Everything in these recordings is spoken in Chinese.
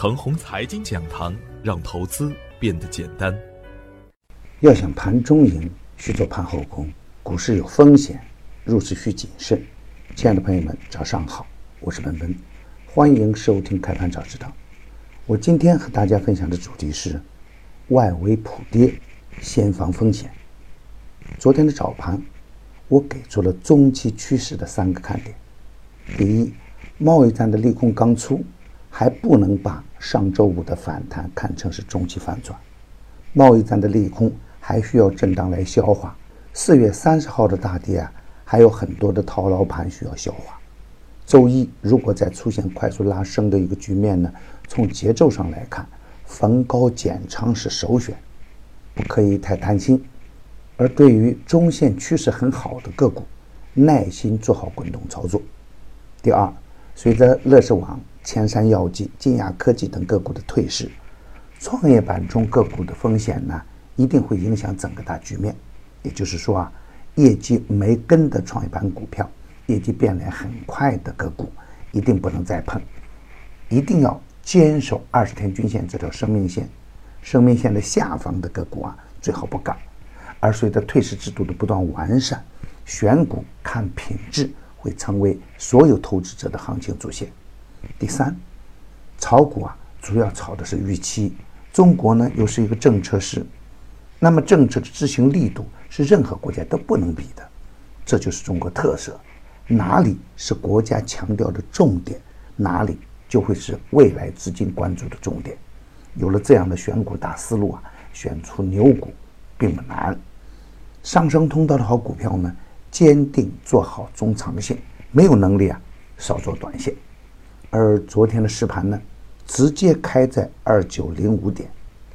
腾宏财经讲堂，让投资变得简单。 要想盘中赢，需做盘后功。股市有风险，入市需谨慎。亲爱的朋友们，早上好，我是文文，欢迎收听开盘早知道。我今天和大家分享的主题是外围普跌，先防风险。昨天的早盘，我给出了中期趋势的3个看点。第一，贸易战的利空刚出，还不能把上周五的反弹看成是中期反转。贸易战的利空还需要震荡来消化。4月30号的大跌还有很多的套牢盘需要消化。周一如果再出现快速拉升的一个局面呢，从节奏上来看，逢高减仓是首选，不可以太贪心。而对于中线趋势很好的个股，耐心做好滚动操作。第二，随着乐视网、千山药剂、金亚科技等个股的退市，创业板中个股的风险呢，一定会影响整个大局面。也就是说业绩没跟的创业板股票，业绩变脸很快的个股，一定不能再碰，一定要坚守20天均线这条生命线，生命线的下方的个股最好不搞。而随着退市制度的不断完善，选股看品质会成为所有投资者的行情主线。第三，炒股主要炒的是预期。中国呢又是一个政策市，那么政策的执行力度是任何国家都不能比的，这就是中国特色。哪里是国家强调的重点，哪里就会是未来资金关注的重点。有了这样的选股大思路选出牛股并不难。上升通道的好股票呢，坚定做好中长线，没有能力少做短线。而昨天的实盘呢，直接开在2905点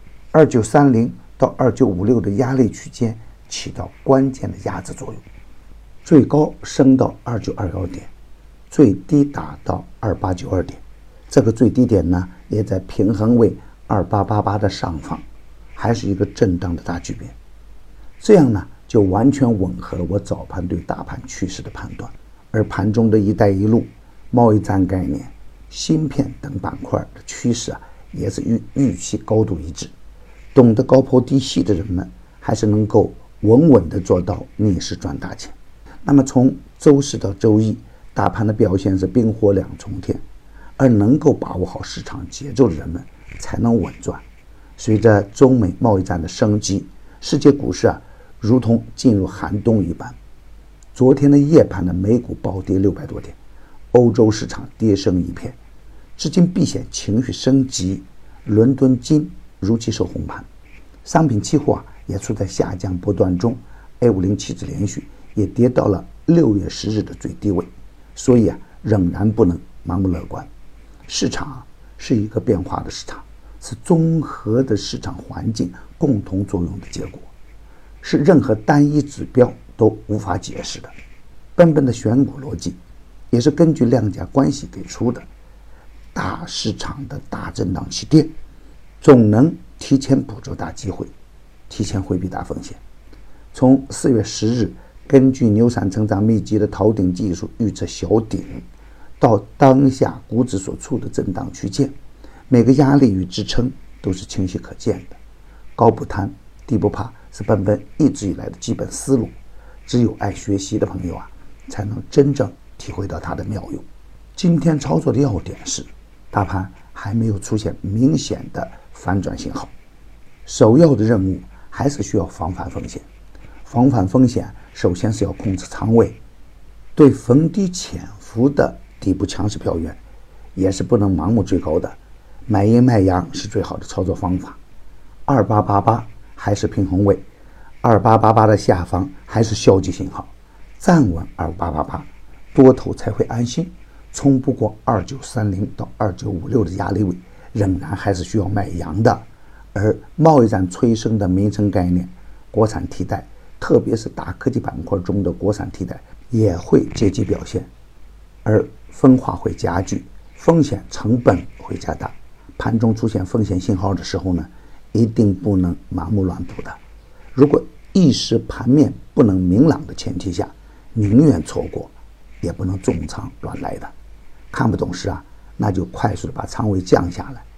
，2930到2956的压力区间起到关键的压制作用，最高升到2921点，最低打到2892点。这个最低点呢，也在平衡位2888的上方，还是一个震荡的大局面。这样呢，就完全吻合了我早盘对大盘趋势的判断。而盘中的一带一路、贸易战概念、芯片等板块的趋势也是预期高度一致。懂得高抛低吸的人们，还是能够稳稳地做到逆势赚大钱。那么从周四到周一，大盘的表现是冰火两重天，而能够把握好市场节奏的人们才能稳赚。随着中美贸易战的升级，世界股市如同进入寒冬一般。昨天的夜盘的美股暴跌600多点，欧洲市场跌升一片，资金避险情绪升级，伦敦金如期收红盘，商品期货也处在下降波段中， A50 期指连续也跌到了6月10日的最低位，所以仍然不能盲目乐观。市场是一个变化的市场，是综合的市场环境共同作用的结果，是任何单一指标都无法解释的。笨笨的选股逻辑也是根据量价关系给出的。大市场的大震荡起跌，总能提前捕捉大机会，提前回避大风险。从4月10日根据牛散成长秘籍的逃顶技术预测小顶，到当下股指所处的震荡区间，每个压力与支撑都是清晰可见的。高不贪，低不怕，是笨笨一直以来的基本思路。只有爱学习的朋友才能真正体会到它的妙用。今天操作的要点是，大盘还没有出现明显的反转信号，首要的任务还是需要防范风险。防范风险首先是要控制仓位，对逢低潜伏的底部强势票源也是不能盲目追高的，买阴卖阳是最好的操作方法。2888还是平衡位，2888的下方还是消极信号，站稳2888，多头才会安心。冲不过2930到2956的压力位，仍然还是需要卖阳的。而贸易战催生的民生概念、国产替代，特别是大科技板块中的国产替代，也会借机表现，而分化会加剧，风险成本会加大。盘中出现风险信号的时候呢，一定不能盲目乱补的。如果一时盘面不能明朗的前提下，宁愿错过，也不能重仓乱来的。看不懂时那就快速的把仓位降下来，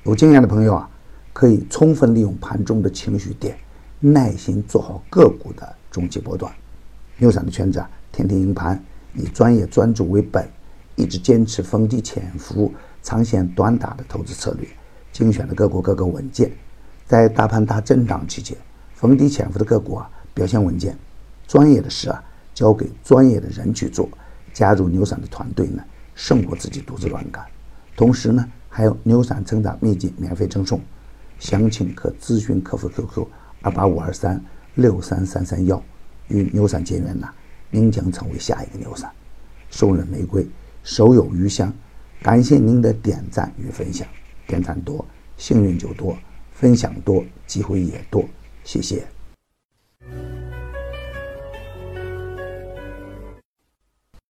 有经验的朋友啊，可以充分利用盘中的情绪点，耐心做好个股的中期波段。牛散的圈子啊，天天赢盘，以专业专注为本，一直坚持逢低潜伏、长线短打的投资策略，精选的个股个个稳健。在大盘大震荡期间，逢低潜伏的个股啊表现稳健。专业的事啊交给专业的人去做，加入牛散的团队呢，胜过自己独自乱干。同时呢，还有牛散成长秘籍免费赠送，详情可咨询客服 QQ 28523-63331，与牛散结缘呢，您将成为下一个牛散。送人玫瑰，手有余香。感谢您的点赞与分享，点赞多，幸运就多；分享多，机会也多。谢谢。